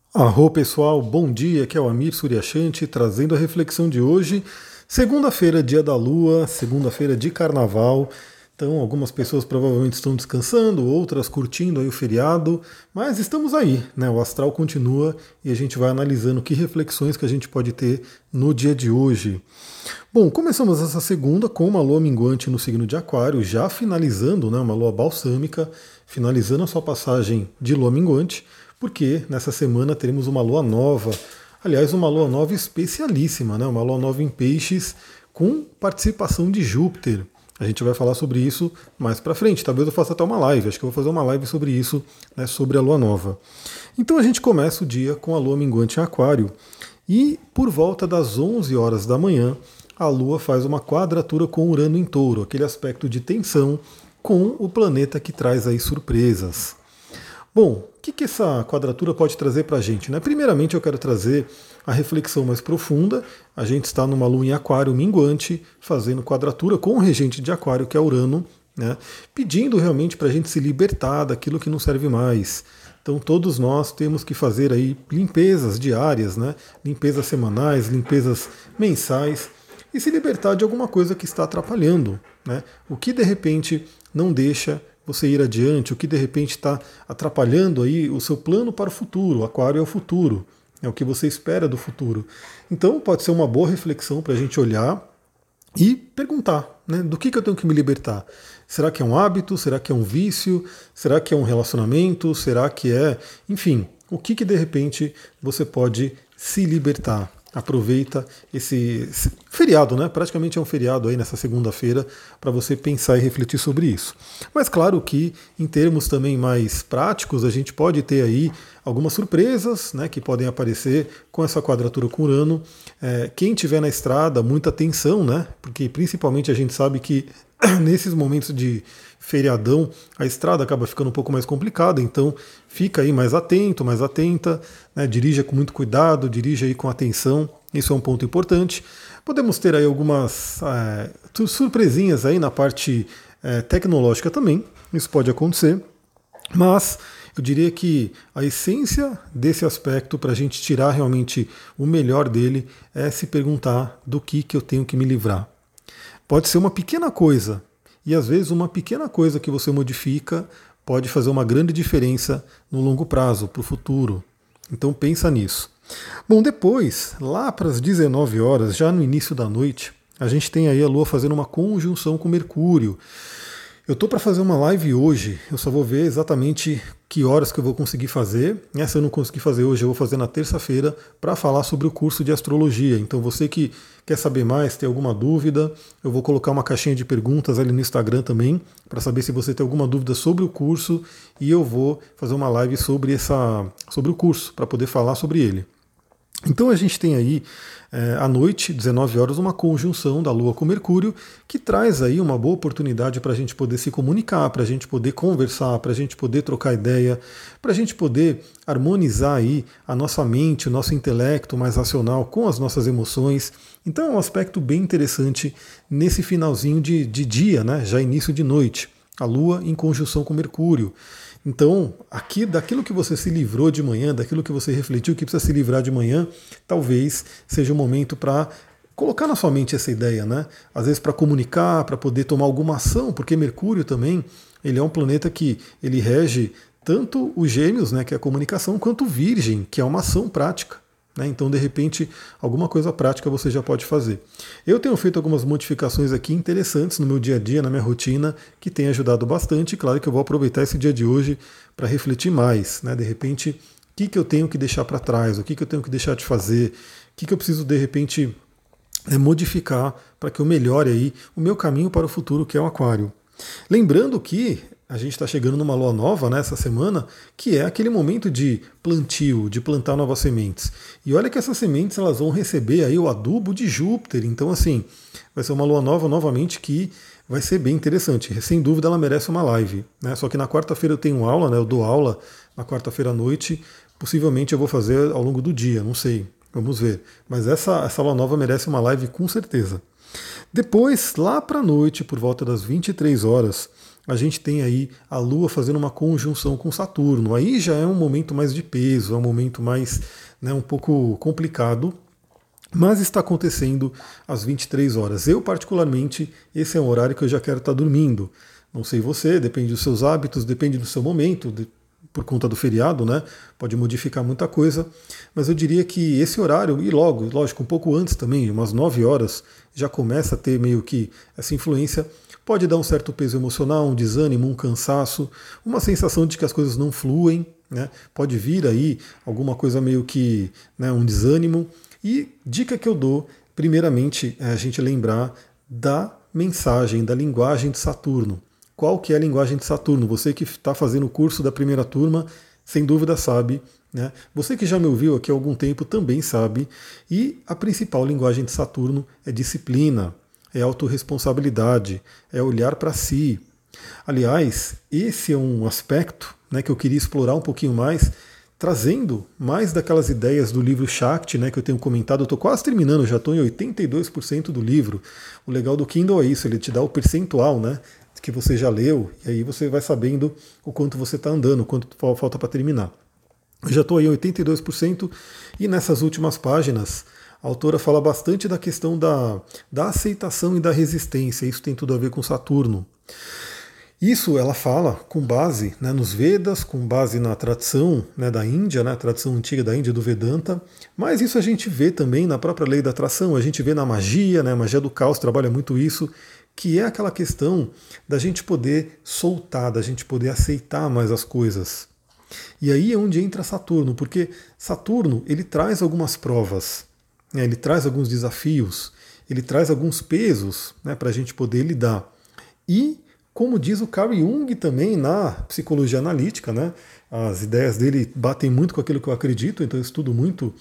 Arro pessoal, bom dia, aqui é o Amir Suryashanti trazendo a reflexão de hoje. Segunda-feira, dia da lua, segunda-feira de carnaval. Então, algumas pessoas provavelmente estão descansando, outras curtindo aí o feriado, mas estamos aí, né? O astral continua e a gente vai analisando que reflexões que a gente pode ter no dia de hoje. Bom, começamos essa segunda com uma lua minguante no signo de Aquário, já finalizando, né, uma lua balsâmica, finalizando a sua passagem de lua minguante, porque nessa semana teremos uma lua nova, aliás, uma lua nova especialíssima, né, uma lua nova em Peixes, com participação de Júpiter. A gente vai falar sobre isso mais pra frente. Talvez eu faça até uma live. Acho que eu vou fazer uma live sobre isso, né, sobre a lua nova. Então a gente começa o dia com a lua minguante em Aquário. E por volta das 11 horas da manhã, a Lua faz uma quadratura com Urano em Touro, aquele aspecto de tensão com o planeta que traz aí surpresas. Bom, o que essa quadratura pode trazer para a gente, né? Primeiramente eu quero trazer a reflexão mais profunda. A gente está numa lua em Aquário minguante, fazendo quadratura com o regente de Aquário, que é Urano, né? Pedindo realmente para a gente se libertar daquilo que não serve mais. Então todos nós temos que fazer aí limpezas diárias, né? Limpezas semanais, limpezas mensais e se libertar de alguma coisa que está atrapalhando, né? O que de repente não deixa você ir adiante, o que de repente está atrapalhando aí o seu plano para o futuro. O Aquário é o futuro, é o que você espera do futuro. Então pode ser uma boa reflexão para a gente olhar e perguntar, né, do que eu tenho que me libertar? Será que é um hábito? Será que é um vício? Será que é um relacionamento? Será que é, enfim, o que de repente você pode se libertar? Aproveita esse feriado, né? Praticamente é um feriado aí nessa segunda-feira para você pensar e refletir sobre isso. Mas claro que em termos também mais práticos, a gente pode ter aí algumas surpresas, né, que podem aparecer com essa quadratura com Urano. Quem tiver na estrada, muita atenção, né? Porque principalmente a gente sabe que nesses momentos de feriadão, a estrada acaba ficando um pouco mais complicada, então fica aí mais atento, mais atenta, né, dirija com muito cuidado, dirija aí com atenção, isso é um ponto importante. Podemos ter aí algumas surpresinhas aí na parte tecnológica também, isso pode acontecer, mas eu diria que a essência desse aspecto, para a gente tirar realmente o melhor dele, é se perguntar do que eu tenho que me livrar. Pode ser uma pequena coisa, e às vezes uma pequena coisa que você modifica pode fazer uma grande diferença no longo prazo, para o futuro. Então pensa nisso. Bom, depois, lá para as 19 horas, já no início da noite, a gente tem aí a Lua fazendo uma conjunção com Mercúrio. Eu estou para fazer uma live hoje, eu só vou ver exatamente que horas que eu vou conseguir fazer. Se eu não conseguir fazer hoje, eu vou fazer na terça-feira para falar sobre o curso de astrologia. Então você que quer saber mais, tem alguma dúvida, eu vou colocar uma caixinha de perguntas ali no Instagram também, para saber se você tem alguma dúvida sobre o curso, e eu vou fazer uma live sobre o curso, para poder falar sobre ele. Então a gente tem aí à noite, 19 horas, uma conjunção da Lua com Mercúrio, que traz aí uma boa oportunidade para a gente poder se comunicar, para a gente poder conversar, para a gente poder trocar ideia, para a gente poder harmonizar aí a nossa mente, o nosso intelecto mais racional com as nossas emoções. Então é um aspecto bem interessante nesse finalzinho de dia, né? Já início de noite. A Lua em conjunção com Mercúrio. Então, aqui daquilo que você se livrou de manhã, daquilo que você refletiu que precisa se livrar de manhã, talvez seja o momento para colocar na sua mente essa ideia, né? Às vezes para comunicar, para poder tomar alguma ação, porque Mercúrio também, ele é um planeta que ele rege tanto os Gêmeos, né, que é a comunicação, quanto o Virgem, que é uma ação prática. Então, de repente, alguma coisa prática você já pode fazer. Eu tenho feito algumas modificações aqui interessantes no meu dia a dia, na minha rotina, que tem ajudado bastante. Claro que eu vou aproveitar esse dia de hoje para refletir mais. De repente, o que eu tenho que deixar para trás, o que eu tenho que deixar de fazer, o que eu preciso, de repente, modificar para que eu melhore aí o meu caminho para o futuro, que é o Aquário. Lembrando que a gente está chegando numa lua nova nessa semana, que é aquele momento de plantio, de plantar novas sementes. E olha que essas sementes elas vão receber aí o adubo de Júpiter. Então, assim, vai ser uma lua nova novamente que vai ser bem interessante. Sem dúvida ela merece uma live. Só que na quarta-feira eu tenho aula, eu dou aula na quarta-feira à noite. Possivelmente eu vou fazer ao longo do dia, não sei. Vamos ver. Mas essa lua nova merece uma live com certeza. Depois, lá para a noite, por volta das 23 horas, a gente tem aí a Lua fazendo uma conjunção com Saturno. Aí já é um momento mais de peso, é um momento mais, né, um pouco complicado, mas está acontecendo às 23 horas. Eu, particularmente, esse é um horário que eu já quero estar dormindo. Não sei você, depende dos seus hábitos, depende do seu momento, por conta do feriado, né? Pode modificar muita coisa, mas eu diria que esse horário, e logo, lógico, um pouco antes também, umas 9 horas, já começa a ter meio que essa influência. Pode dar um certo peso emocional, um desânimo, um cansaço, uma sensação de que as coisas não fluem, né? Pode vir aí alguma coisa meio que, né, um desânimo. E dica que eu dou, primeiramente, é a gente lembrar da mensagem, da linguagem de Saturno. Qual que é a linguagem de Saturno? Você que está fazendo o curso da primeira turma, sem dúvida sabe, né? Você que já me ouviu aqui há algum tempo também sabe. E a principal linguagem de Saturno é disciplina, é autorresponsabilidade, é olhar para si. Aliás, esse é um aspecto, né, que eu queria explorar um pouquinho mais, trazendo mais daquelas ideias do livro Shakti, né, que eu tenho comentado. Eu estou quase terminando, já estou em 82% do livro. O legal do Kindle é isso, ele te dá o percentual, né, que você já leu, e aí você vai sabendo o quanto você está andando, o quanto falta para terminar. Eu já estou aí em 82%, e nessas últimas páginas a autora fala bastante da questão da aceitação e da resistência. Isso tem tudo a ver com Saturno. Isso ela fala com base, né, nos Vedas, com base na tradição, né, da Índia, né, a tradição antiga da Índia, do Vedanta, mas isso a gente vê também na própria lei da atração, a gente vê na magia, né, a magia do caos trabalha muito isso, que é aquela questão da gente poder soltar, da gente poder aceitar mais as coisas. E aí é onde entra Saturno, porque Saturno ele traz algumas provas, né, ele traz alguns desafios, ele traz alguns pesos, né, para a gente poder lidar. E como diz o Carl Jung também na psicologia analítica, né? As ideias dele batem muito com aquilo que eu acredito, então eu estudo muito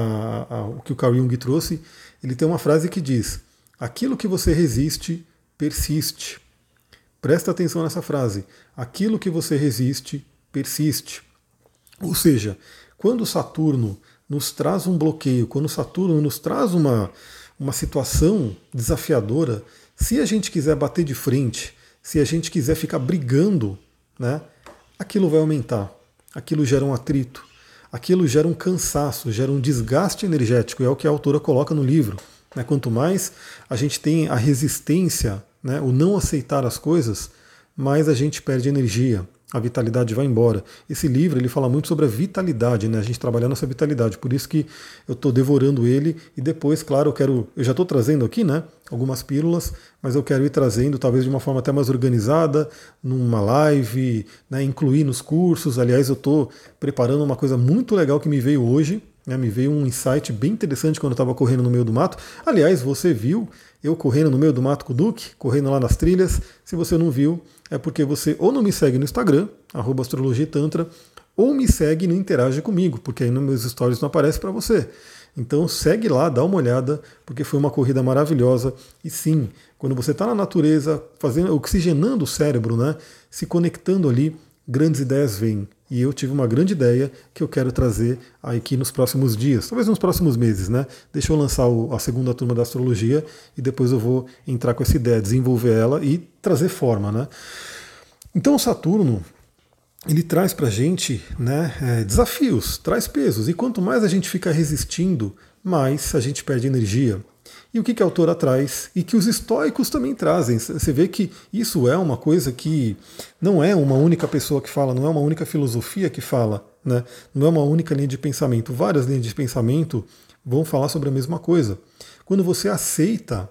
o que o Carl Jung trouxe. Ele tem uma frase que diz: aquilo que você resiste, persiste. Presta atenção nessa frase. Aquilo que você resiste, persiste. Ou seja, quando Saturno nos traz um bloqueio, quando Saturno nos traz uma situação desafiadora, se a gente quiser bater de frente, se a gente quiser ficar brigando, né, aquilo vai aumentar, aquilo gera um atrito, aquilo gera um cansaço, gera um desgaste energético, é o que a autora coloca no livro. Né? Quanto mais a gente tem a resistência, né, o não aceitar as coisas, mais a gente perde energia, a vitalidade vai embora. Esse livro ele fala muito sobre a vitalidade, né? A gente trabalhar nossa vitalidade, por isso que eu estou devorando ele e depois, claro, eu já estou trazendo aqui, né, algumas pílulas, mas eu quero ir trazendo talvez de uma forma até mais organizada, numa live, né, incluir nos cursos. Aliás, eu estou preparando uma coisa muito legal que me veio hoje, né, me veio um insight bem interessante quando eu estava correndo no meio do mato. Aliás, você viu eu correndo no meio do mato com o Duque, correndo lá nas trilhas. Se você não viu, é porque você ou não me segue no Instagram, @astrologiatantra, ou me segue e não interage comigo, porque aí nos meus stories não aparece para você. Então segue lá, dá uma olhada, porque foi uma corrida maravilhosa. E sim, quando você está na natureza, fazendo, oxigenando o cérebro, né, se conectando ali, grandes ideias vêm. E eu tive uma grande ideia que eu quero trazer aqui nos próximos dias, talvez nos próximos meses, né? Deixa eu lançar a segunda turma da astrologia e depois eu vou entrar com essa ideia, desenvolver ela e trazer forma, né? Então o Saturno, ele traz pra gente, né, desafios, traz pesos. E quanto mais a gente fica resistindo, mais a gente perde energia. E o que a autora traz? E que os estoicos também trazem. Você vê que isso é uma coisa que não é uma única pessoa que fala, não é uma única filosofia que fala, né? Não é uma única linha de pensamento. Várias linhas de pensamento vão falar sobre a mesma coisa. Quando você aceita,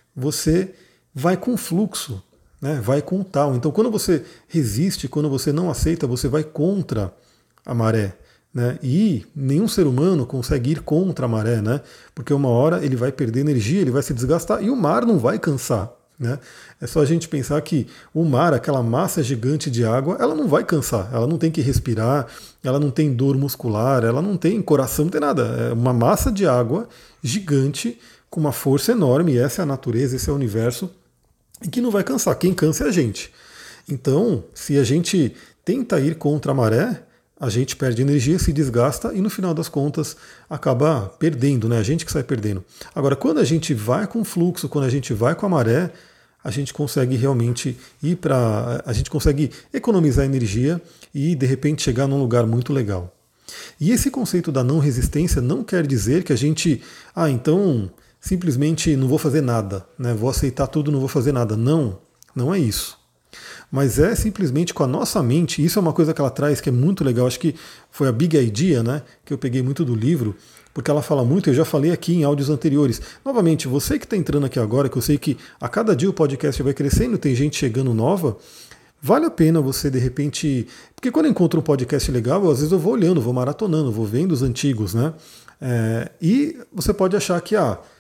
você vai com fluxo, né? Vai com o tal. Então, quando você resiste, quando você não aceita, você vai contra a maré. Né? E nenhum ser humano consegue ir contra a maré, né? Porque uma hora ele vai perder energia, ele vai se desgastar e o mar não vai cansar. Né? É só a gente pensar que o mar, aquela massa gigante de água, ela não vai cansar, ela não tem que respirar, ela não tem dor muscular, ela não tem coração, não tem nada. É uma massa de água gigante com uma força enorme, e essa é a natureza, esse é o universo, e que não vai cansar. Quem cansa é a gente. Então, se a gente tenta ir contra a maré, a gente perde energia, se desgasta e no final das contas acaba perdendo, né? A gente que sai perdendo. Agora, quando a gente vai com o fluxo, quando a gente vai com a maré, a gente consegue realmente ir para. A gente consegue economizar energia e de repente chegar num lugar muito legal. E esse conceito da não resistência não quer dizer que a gente, então simplesmente não vou fazer nada, né? Vou aceitar tudo, não vou fazer nada. Não, não é isso. Mas é simplesmente com a nossa mente, isso é uma coisa que ela traz que é muito legal, acho que foi a Big Idea, né, que eu peguei muito do livro, porque ela fala muito, eu já falei aqui em áudios anteriores. Novamente, você que está entrando aqui agora, que eu sei que a cada dia o podcast vai crescendo, tem gente chegando nova, vale a pena você de repente. Porque quando eu encontro um podcast legal, às vezes eu vou olhando, vou maratonando, vou vendo os antigos, né? E você pode achar que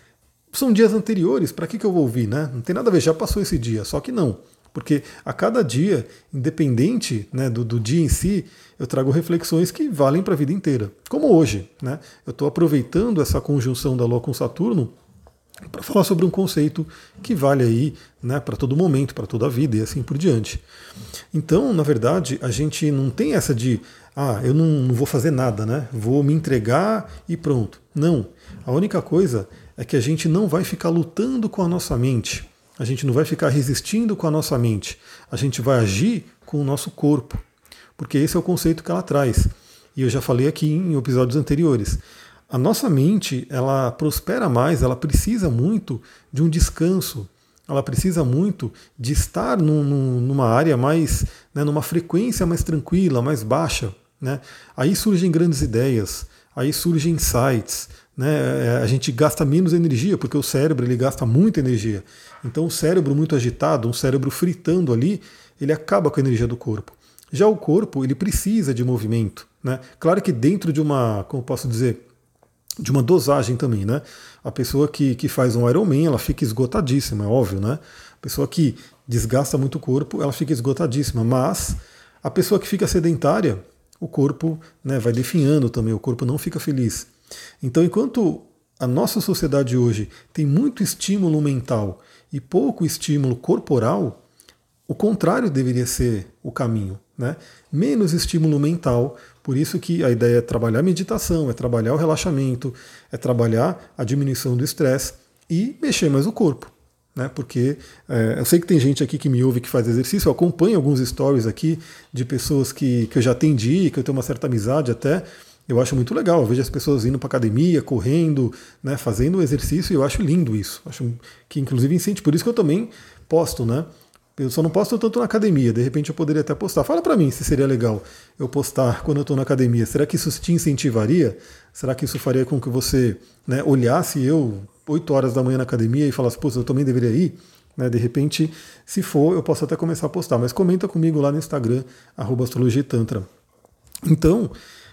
são dias anteriores, para que eu vou ouvir, né? Não tem nada a ver, já passou esse dia, só que não. Porque a cada dia, independente, né, do dia em si, eu trago reflexões que valem para a vida inteira. Como hoje, né? Eu estou aproveitando essa conjunção da Lua com Saturno para falar sobre um conceito que vale aí, né, para todo momento, para toda a vida e assim por diante. Então, na verdade, a gente não tem essa de eu não vou fazer nada, né? Vou me entregar e pronto. Não. A única coisa é que a gente não vai ficar lutando com a nossa mente. A gente não vai ficar resistindo com a nossa mente. A gente vai agir com o nosso corpo. Porque esse é o conceito que ela traz. E eu já falei aqui em episódios anteriores. A nossa mente, ela prospera mais, ela precisa muito de um descanso. Ela precisa muito de estar numa área mais, né, numa frequência mais tranquila, mais baixa. Né? Aí surgem grandes ideias, aí surgem insights. Né? A gente gasta menos energia, porque o cérebro ele gasta muita energia. Então, o cérebro muito agitado, um cérebro fritando ali, ele acaba com a energia do corpo. Já o corpo, ele precisa de movimento. Né? Claro que dentro de uma, como posso dizer, de uma dosagem também. Né? A pessoa que faz um Ironman, ela fica esgotadíssima, é óbvio. Né? A pessoa que desgasta muito o corpo, ela fica esgotadíssima. Mas a pessoa que fica sedentária, o corpo, né, vai definhando também, o corpo não fica feliz. Então, enquanto a nossa sociedade hoje tem muito estímulo mental e pouco estímulo corporal, o contrário deveria ser o caminho. Né? Menos estímulo mental, por isso que a ideia é trabalhar a meditação, é trabalhar o relaxamento, é trabalhar a diminuição do estresse e mexer mais o corpo. Né? Porque eu sei que tem gente aqui que me ouve que faz exercício, eu acompanho alguns stories aqui de pessoas que eu já atendi, que eu tenho uma certa amizade até. Eu acho muito legal, eu vejo as pessoas indo para academia, correndo, né, fazendo exercício, e eu acho lindo isso. Acho que inclusive incentivo, por isso que eu também posto, né? Eu só não posto tanto na academia, de repente eu poderia até postar. Fala para mim se seria legal eu postar quando eu estou na academia. Será que isso te incentivaria? Será que isso faria com que você, né, olhasse eu 8 horas da manhã na academia e falasse, pô, eu também deveria ir? Né, de repente, se for, eu posso até começar a postar. Mas comenta comigo lá no Instagram, @astrologiatantra. Então,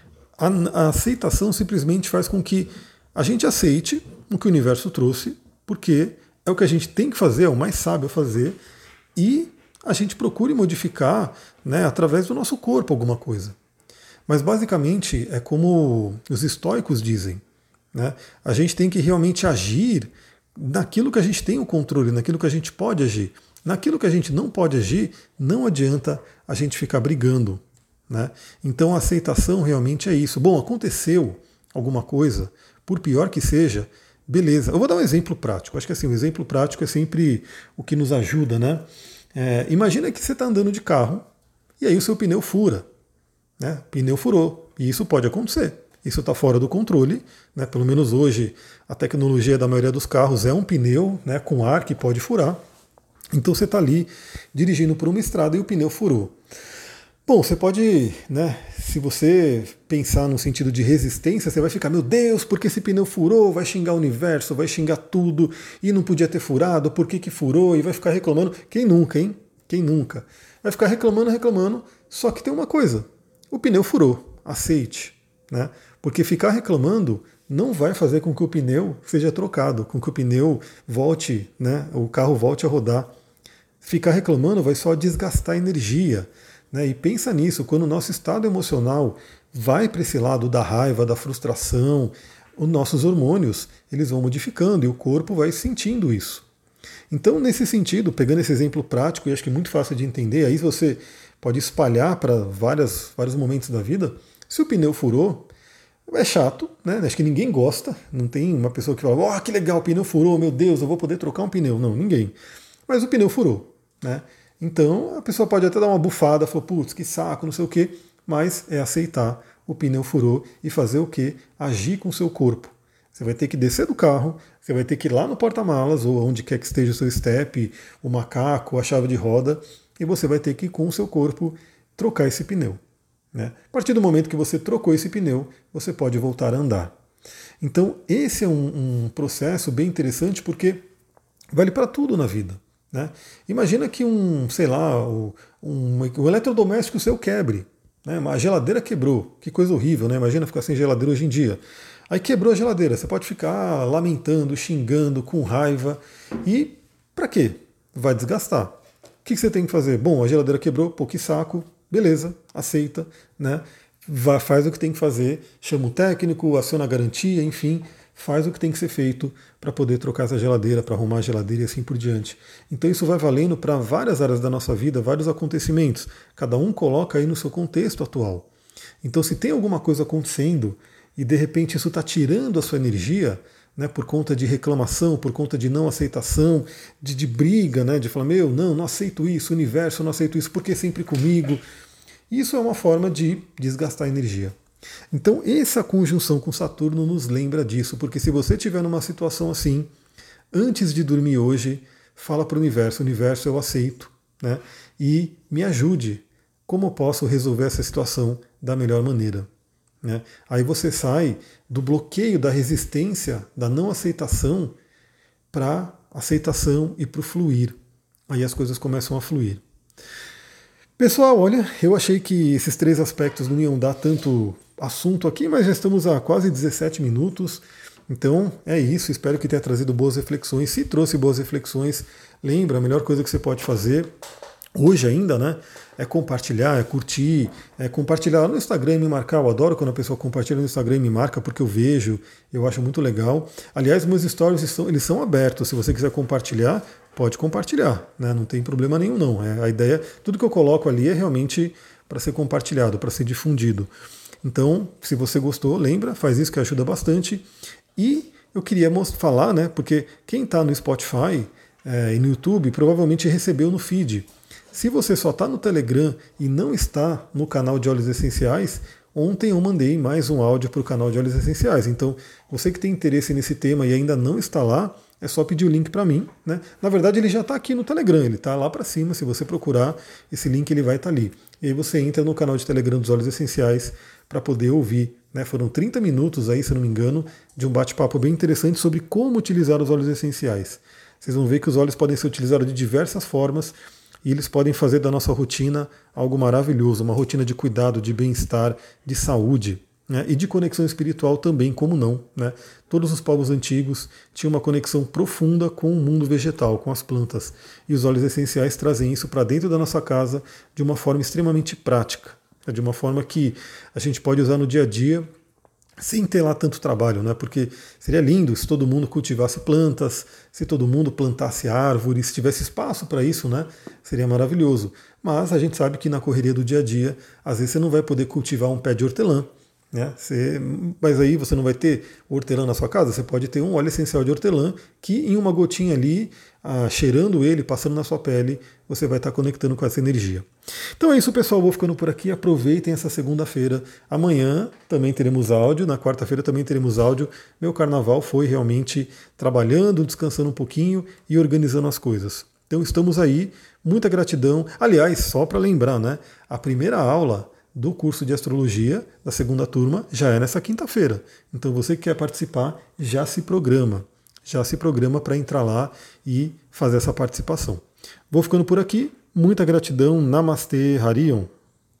a aceitação simplesmente faz com que a gente aceite o que o universo trouxe, porque é o que a gente tem que fazer, é o mais sábio a fazer, e a gente procure modificar, né, através do nosso corpo alguma coisa. Mas basicamente é como os estoicos dizem, né? A gente tem que realmente agir naquilo que a gente tem o controle, naquilo que a gente pode agir. Naquilo que a gente não pode agir, não adianta a gente ficar brigando. Né? Então a aceitação realmente é isso. Bom, aconteceu alguma coisa, por pior que seja, beleza. Eu vou dar um exemplo prático. Acho que assim, o exemplo prático é sempre o que nos ajuda. Né? Imagina que você está andando de carro e aí o seu pneu fura. Né? O pneu furou. E isso pode acontecer. Isso está fora do controle. Né? Pelo menos hoje a tecnologia da maioria dos carros é um pneu, né, com ar que pode furar. Então você está ali dirigindo por uma estrada e o pneu furou. Bom, você pode, né, se você pensar no sentido de resistência, você vai ficar, meu Deus, porque esse pneu furou, vai xingar o universo, vai xingar tudo, e não podia ter furado, por que furou, e vai ficar reclamando. Quem nunca, hein? Quem nunca? Vai ficar reclamando, só que tem uma coisa, o pneu furou, aceite, né? Porque ficar reclamando não vai fazer com que o pneu seja trocado, com que o pneu volte, né, o carro volte a rodar. Ficar reclamando vai só desgastar energia. Né? E pensa nisso, quando o nosso estado emocional vai para esse lado da raiva, da frustração, os nossos hormônios eles vão modificando e o corpo vai sentindo isso. Então, nesse sentido, pegando esse exemplo prático, e acho que é muito fácil de entender, aí você pode espalhar para vários momentos da vida. Se o pneu furou, é chato, né? Acho que ninguém gosta, não tem uma pessoa que fala, que legal, o pneu furou, meu Deus, eu vou poder trocar um pneu. Não, ninguém. mas o pneu furou, né? Então a pessoa pode até dar uma bufada, falar, putz, que saco, não sei o quê, mas é aceitar, o pneu furou e fazer o quê? Agir com o seu corpo. Você vai ter que descer do carro, você vai ter que ir lá no porta-malas, ou onde quer que esteja o seu step, o macaco, a chave de roda, e você vai ter que, com o seu corpo, trocar esse pneu, né? A partir do momento que você trocou esse pneu, você pode voltar a andar. Então, esse é um processo bem interessante porque vale para tudo na vida, né? Imagina que sei lá, um eletrodoméstico seu quebre, né? A geladeira quebrou, que coisa horrível, né? Imagina ficar sem geladeira hoje em dia. Aí quebrou a geladeira, você pode ficar lamentando, xingando, com raiva. E para quê? Vai desgastar. O que você tem que fazer? Bom, a geladeira quebrou, pô, que saco, beleza, aceita, né? Faz o que tem que fazer, chama o técnico, aciona a garantia, enfim, faz o que tem que ser feito para poder trocar essa geladeira, para arrumar a geladeira e assim por diante. Então isso vai valendo para várias áreas da nossa vida, vários acontecimentos. Cada um coloca aí no seu contexto atual. Então se tem alguma coisa acontecendo e de repente isso está tirando a sua energia, né, por conta de reclamação, por conta de não aceitação, de briga, né, de falar, não aceito isso, universo, eu não aceito isso, porque sempre comigo. Isso é uma forma de desgastar energia. Então, essa conjunção com Saturno nos lembra disso, porque se você estiver numa situação assim, antes de dormir hoje, fala para o universo, eu aceito, né? E me ajude. Como eu posso resolver essa situação da melhor maneira? Né? Aí você sai do bloqueio, da resistência, da não aceitação, para aceitação e para o fluir. Aí as coisas começam a fluir. Pessoal, olha, eu achei que esses 3 aspectos não iam dar tanto assunto aqui, mas já estamos a quase 17 minutos. Então é isso, espero que tenha trazido boas reflexões. Se trouxe boas reflexões, lembra, a melhor coisa que você pode fazer hoje ainda, né, é compartilhar, é curtir, é compartilhar no Instagram e me marcar. Eu adoro quando a pessoa compartilha no Instagram e me marca, porque eu vejo, eu acho muito legal. Aliás, meus stories eles são abertos, se você quiser compartilhar, pode compartilhar, né? Não tem problema nenhum não. A ideia, tudo que eu coloco ali é realmente para ser compartilhado, para ser difundido. Então, se você gostou, lembra, faz isso que ajuda bastante. E eu queria falar, né, porque quem está no Spotify e no YouTube provavelmente recebeu no feed. Se você só está no Telegram e não está no canal de óleos essenciais, ontem eu mandei mais um áudio para o canal de óleos essenciais. Então, você que tem interesse nesse tema e ainda não está lá, é só pedir o link para mim, né? Na verdade, ele já está aqui no Telegram, ele está lá para cima. Se você procurar esse link, ele vai estar ali. E aí você entra no canal de Telegram dos óleos essenciais para poder ouvir, né? Foram 30 minutos aí, se não me engano, de um bate-papo bem interessante sobre como utilizar os óleos essenciais. Vocês vão ver que os óleos podem ser utilizados de diversas formas e eles podem fazer da nossa rotina algo maravilhoso, uma rotina de cuidado, de bem-estar, de saúde, né? E de conexão espiritual também, como não, né? Todos os povos antigos tinham uma conexão profunda com o mundo vegetal, com as plantas. E os óleos essenciais trazem isso para dentro da nossa casa de uma forma extremamente prática, de uma forma que a gente pode usar no dia a dia sem ter lá tanto trabalho, né? Porque seria lindo se todo mundo cultivasse plantas, se todo mundo plantasse árvores, se tivesse espaço para isso, né? Seria maravilhoso. Mas a gente sabe que na correria do dia a dia, às vezes você não vai poder cultivar um pé de hortelã, né? Mas aí você não vai ter hortelã na sua casa, você pode ter um óleo essencial de hortelã que em uma gotinha ali, cheirando ele, passando na sua pele, você vai estar conectando com essa energia. Então é isso, pessoal, vou ficando por aqui, aproveitem essa segunda-feira. Amanhã também teremos áudio, na quarta-feira também teremos áudio. Meu carnaval foi realmente trabalhando, descansando um pouquinho e organizando as coisas. Então estamos aí, muita gratidão. Aliás, só para lembrar, né? A primeira aula do curso de astrologia da segunda turma já é nessa quinta-feira. Então você que quer participar, já se programa para entrar lá e fazer essa participação. Vou ficando por aqui, muita gratidão, Namastê, Harion.